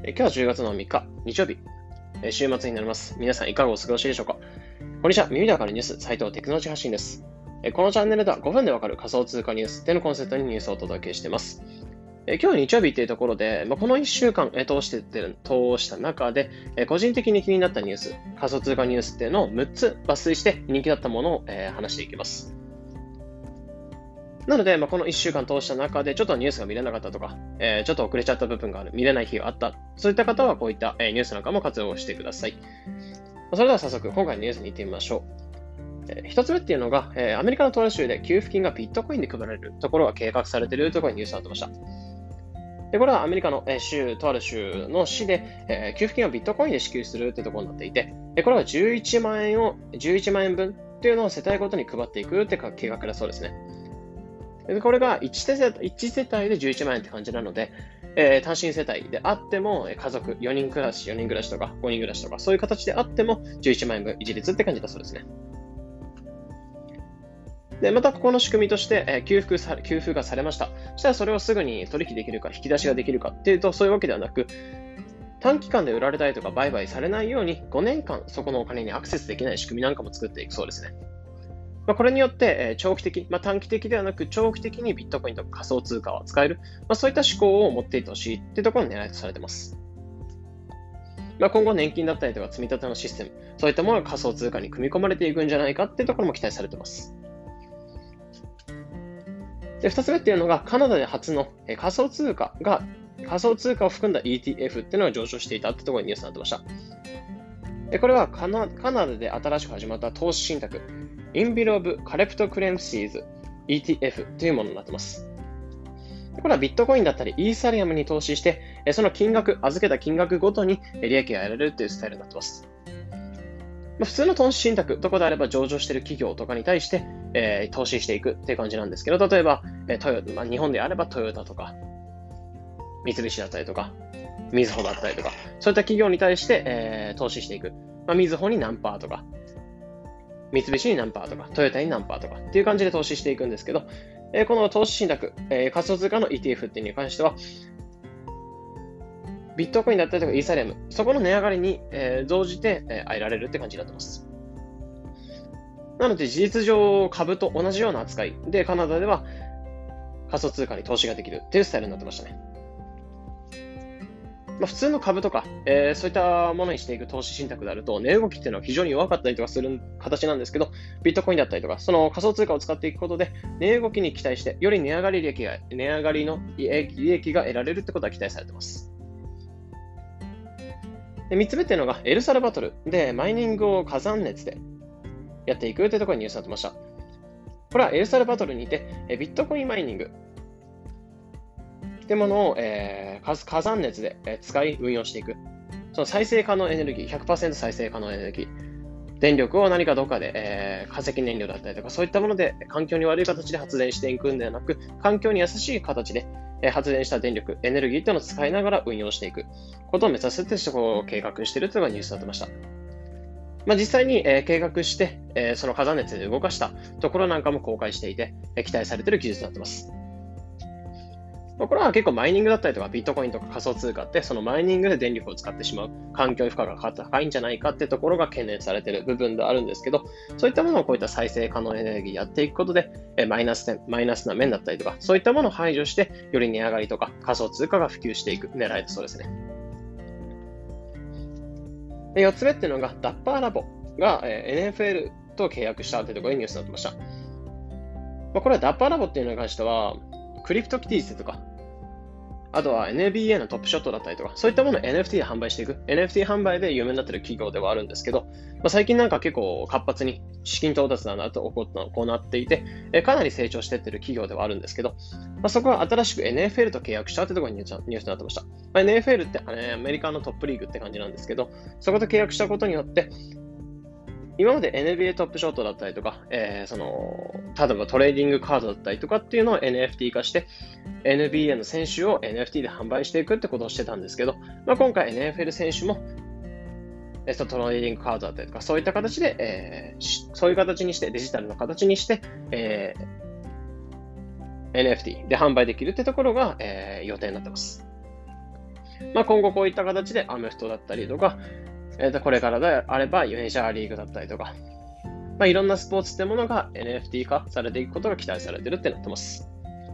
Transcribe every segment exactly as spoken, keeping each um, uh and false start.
え今日はじゅうがつのみっか、日曜日、え週末になります。皆さんいかがお過ごしでしょうか。こんにちは。耳でわかるニュース、斉藤テクノロジー発信です。えこのチャンネルではごふんでわかる仮想通貨ニュースっていうのコンセプトにニュースをお届けしています。え今日は日曜日っていうところで、まあ、このいっしゅうかんえ通してってる通した中で、え個人的に気になったニュース、仮想通貨ニュースっていうのをむっつ抜粋して人気だったものを、えー、話していきます。なので、まあ、このいっしゅうかん通した中で、ちょっとニュースが見れなかったとか、えー、ちょっと遅れちゃった部分がある、見れない日があった、そういった方はこういった、えー、ニュースなんかも活用してください。それでは早速、今回のニュースに行ってみましょう。えー、一つ目っていうのが、えー、アメリカのトラ州で給付金がビットコインで配られるところが計画されているところにニュースがあってました。でこれはアメリカの、えー、州、とある州の市で、えー、給付金をビットコインで支給するというところになっていて、これはじゅういちまんえんを、じゅういちまんえんぶんというのを世帯ごとに配っていくという計画だそうですね。これが 1, 世帯いち世帯でじゅういちまんえんって感じなので、えー、単身世帯であっても、家族よにん暮らし、よにん暮らしとかごにん暮らしとか、そういう形であってもじゅういちまんえんぶん一律って感じだそうですね。で、またここの仕組みとして、えー、給付さ、給付がされました。そしたらそれをすぐに取引できるか、引き出しができるかっていうと、そういうわけではなく、短期間で売られたりとか売買されないようにごねんかんそこのお金にアクセスできない仕組みなんかも作っていくそうですね。まあ、これによって、えー、長期的、まあ、短期的ではなく長期的にビットコインとか仮想通貨を使える、まあ、そういった思考を持っていってほしいっていうところが狙いとされています。まあ、今後年金だったりとか積み立てのシステム、そういったものが仮想通貨に組み込まれていくんじゃないかっていうところも期待されています。で、二つ目っていうのがカナダで初の仮想通貨が、仮想通貨を含んだ イーティーエフ っていうのが上昇していたってところにニュースになってました。でこれはカナ、カナダで新しく始まった投資信託、インビル・オブ・カレプト・クレンシーズ イーティーエフ というものになっています。これはビットコインだったりイーサリアムに投資して、その金額、預けた金額ごとに利益が得られるというスタイルになっています。普通の投資信託とかであれば上場している企業とかに対して、えー、投資していくっていう感じなんですけど、例えば、トヨタ、まあ、日本であればトヨタとか、三菱だったりとか、みずほだったりとか、そういった企業に対して、えー、投資していく。まあ、みずほに何パーとか、三菱に何パーとか、トヨタに何パーとかっていう感じで投資していくんですけど、えー、この投資信託、えー、仮想通貨の イーティーエフ っていうに関しては、ビットコインだったりとかイーサリアム、そこの値上がりに、えー、増じて、えー、得られるって感じになってます。なので事実上株と同じような扱いで、カナダでは仮想通貨に投資ができるっていうスタイルになってましたね。まあ、普通の株とか、えー、そういったものにしていく投資信託であると、値動きっていうのは非常に弱かったりとかする形なんですけど、ビットコインだったりとか、その仮想通貨を使っていくことで、値動きに期待して、より値上がり利益が、値上がりの利益が得られるってことが期待されています。でみっつめっていうのが、エルサルバトルでマイニングを火山熱でやっていくというところにニュースになってました。これはエルサルバトルにて、ビットコインマイニングってものを、えー、火山熱で使い運用していく。その再生可能エネルギー、ひゃくパーセント 再生可能エネルギー。電力を何かどっかで、えー、化石燃料だったりとか、そういったもので環境に悪い形で発電していくんではなく、環境に優しい形で発電した電力、エネルギーというのを使いながら運用していくことを目指すというところを計画しているというのがニュースになってました。まあ、実際に、えー、計画して、えー、その火山熱で動かしたところなんかも公開していて、えー、期待されている技術になっています。これは結構マイニングだったりとかビットコインとか仮想通貨ってそのマイニングで電力を使ってしまう環境負荷が高いんじゃないかってところが懸念されている部分であるんですけど、そういったものをこういった再生可能エネルギーやっていくことでマイナス点、マイナスな面だったりとかそういったものを排除してより値上がりとか仮想通貨が普及していく狙いだそうですね。でよっつめっていうのがダッパーラボが エヌエフエル と契約したというところにニュースになってました。これはダッパーラボっていうのに関してはクリプトキティーズとか、あとは エヌビーエー のトップショットだったりとか、そういったものを エヌエフティー で販売していく。エヌエフティー 販売で有名になっている企業ではあるんですけど、まあ、最近なんか結構活発に資金到達だなと行っていて、かなり成長していっている企業ではあるんですけど、まあ、そこは新しく エヌエフエル と契約したというところにニュースになってました。まあ、エヌエフエル ってアメリカのトップリーグって感じなんですけど、そこと契約したことによって、今まで エヌビーエー トップショットだったりとか、えー、その例えばトレーディングカードだったりとかっていうのを エヌエフティー 化して エヌビーエー の選手を エヌエフティー で販売していくってことをしてたんですけど、まあ、今回 エヌエフエル 選手もトレーディングカードだったりとかそういった形で、えー、そういう形にしてデジタルの形にして、えー、エヌエフティー で販売できるってところが、えー、予定になってます。 まあ、今後こういった形でアメフトだったりとか、えー、とこれからであればメジャーリーグだったりとか、まあ、いろんなスポーツってものが エヌエフティー 化されていくことが期待されているってなってます。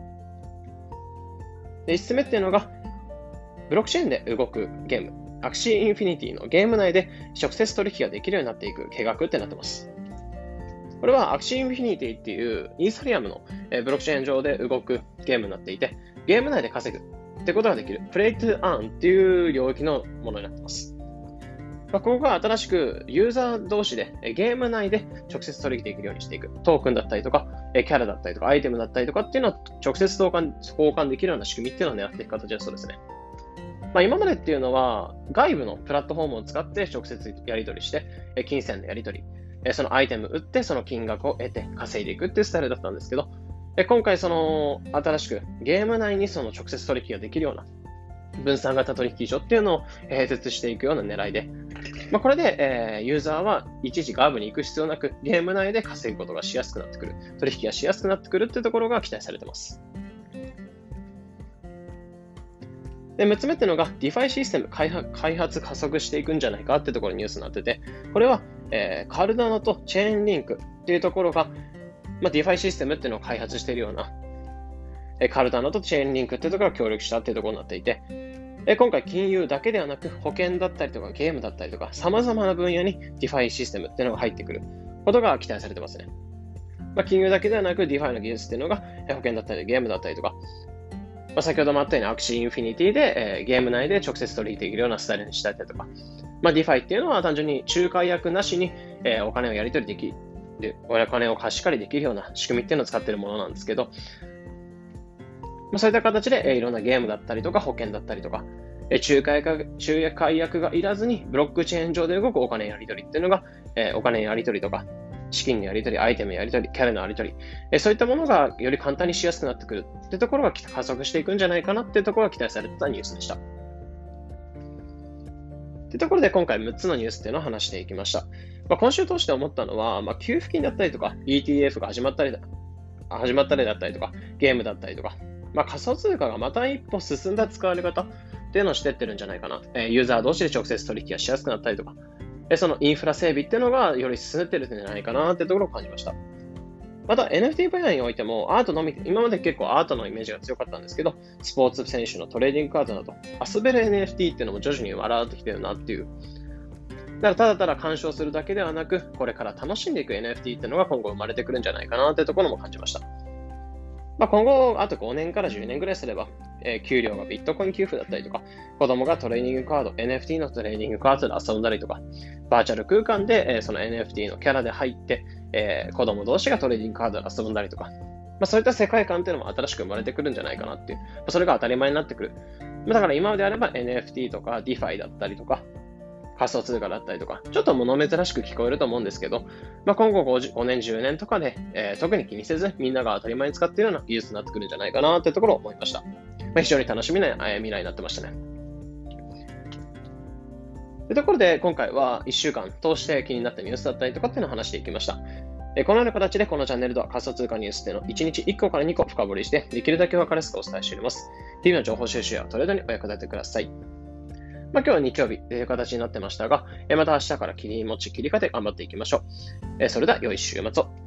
で、いつつめっていうのが、ブロックチェーンで動くゲーム、アクシーインフィニティのゲーム内で直接取引ができるようになっていく計画ってなってます。これはアクシーインフィニティっていうイーサリアムのブロックチェーン上で動くゲームになっていて、ゲーム内で稼ぐってことができる、プレイトゥアーンっていう領域のものになってます。まあ、ここが新しくユーザー同士でゲーム内で直接取引できるようにしていく。トークンだったりとか、キャラだったりとか、アイテムだったりとかっていうのは直接交換、交換できるような仕組みっていうのを狙っていく形だそうですね。まあ、今までっていうのは外部のプラットフォームを使って直接やり取りして、金銭のやり取り、そのアイテム売ってその金額を得て稼いでいくっていうスタイルだったんですけど、今回その新しくゲーム内にその直接取引ができるような分散型取引所っていうのを併設していくような狙いで、まあ、これで、えー、ユーザーはいちいち外部に行く必要なくゲーム内で稼ぐことがしやすくなってくる、取引がしやすくなってくるっていうところが期待されています。で、むっつめっていうのが DeFi システム開発、開発加速していくんじゃないかっていうところにニュースになってて、これは、えー、カルダナとチェーンリンクっていうところが、まあ、DeFi システムっていうのを開発しているような、えー、カルダナとチェーンリンクっていうところが協力したっていうところになっていて、えー、今回金融だけではなく保険だったりとかゲームだったりとか様々な分野に DeFi システムっていうのが入ってくることが期待されてますね。まあ、金融だけではなく DeFi の技術っていうのが保険だったりゲームだったりとか、まあ、先ほどもあったようにアクシーインフィニティで、えー、ゲーム内で直接取引できるようなスタイルにしたりとか、まあ、DeFi っていうのは単純に仲介役なしに、えー、お金をやり取りできる、お金を貸し借りできるような仕組みっていうのを使っているものなんですけど、まあ、そういった形で、えー、いろんなゲームだったりとか保険だったりとか、えー、仲介役、仲介役がいらずにブロックチェーン上で動くお金やり取りっていうのが、えー、お金やり取りとか、資金のやり取り、アイテムのやり取り、キャラのやり取り、えそういったものがより簡単にしやすくなってくるってところが加速していくんじゃないかなっていうところが期待されてたニュースでした。というところで今回むっつのニュースっていうのを話していきました。まあ、今週通して思ったのは、まあ、給付金だったりとか イーティーエフ が始まったりだ、始まったりだったりとか、ゲームだったりとか、まあ、仮想通貨がまた一歩進んだ使われ方っていうのをしてってるんじゃないかな。えー、ユーザー同士で直接取引がしやすくなったりとか、そのインフラ整備っていうのがより進んでるんじゃないかなってところを感じました。また エヌエフティー 分野においてもアートのみ、今まで結構アートのイメージが強かったんですけど、スポーツ選手のトレーディングカードなど、遊べる エヌエフティー っていうのも徐々に現れてきてるなっていう。だからただただ鑑賞するだけではなく、これから楽しんでいく エヌエフティー っていうのが今後生まれてくるんじゃないかなってところも感じました。まあ、今後、あとごねんからじゅうねんぐらいすれば、えー、給料がビットコイン給付だったりとか、子供がトレーニングカード、エヌエフティー のトレーニングカードで遊んだりとか、バーチャル空間で、えー、その エヌエフティー のキャラで入って、えー、子供同士がトレーニングカードで遊んだりとか、まあ、そういった世界観っていうのも新しく生まれてくるんじゃないかなっていう、まあ、それが当たり前になってくる。まあ、だから今まであれば エヌエフティー とか DeFi だったりとか、仮想通貨だったりとか、ちょっと物珍しく聞こえると思うんですけど、まあ、今後ごねん、じゅうねんとかで、えー、特に気にせずみんなが当たり前に使っているような技術になってくるんじゃないかなというところを思いました。まあ、非常に楽しみな未来になってましたね。というところで今回はいっしゅうかん通して気になったニュースだったりとかっていうのを話していきました。このような形でこのチャンネルでは仮想通貨ニュースっていうのをいちにちいっこからにこ深掘りして、できるだけ分かりやすくお伝えしております。日々の情報収集やトレードにお役立てください。まあ、今日は日曜日という形になってましたが、また明日から切り持ち切り替えて頑張っていきましょう。それでは良い週末を。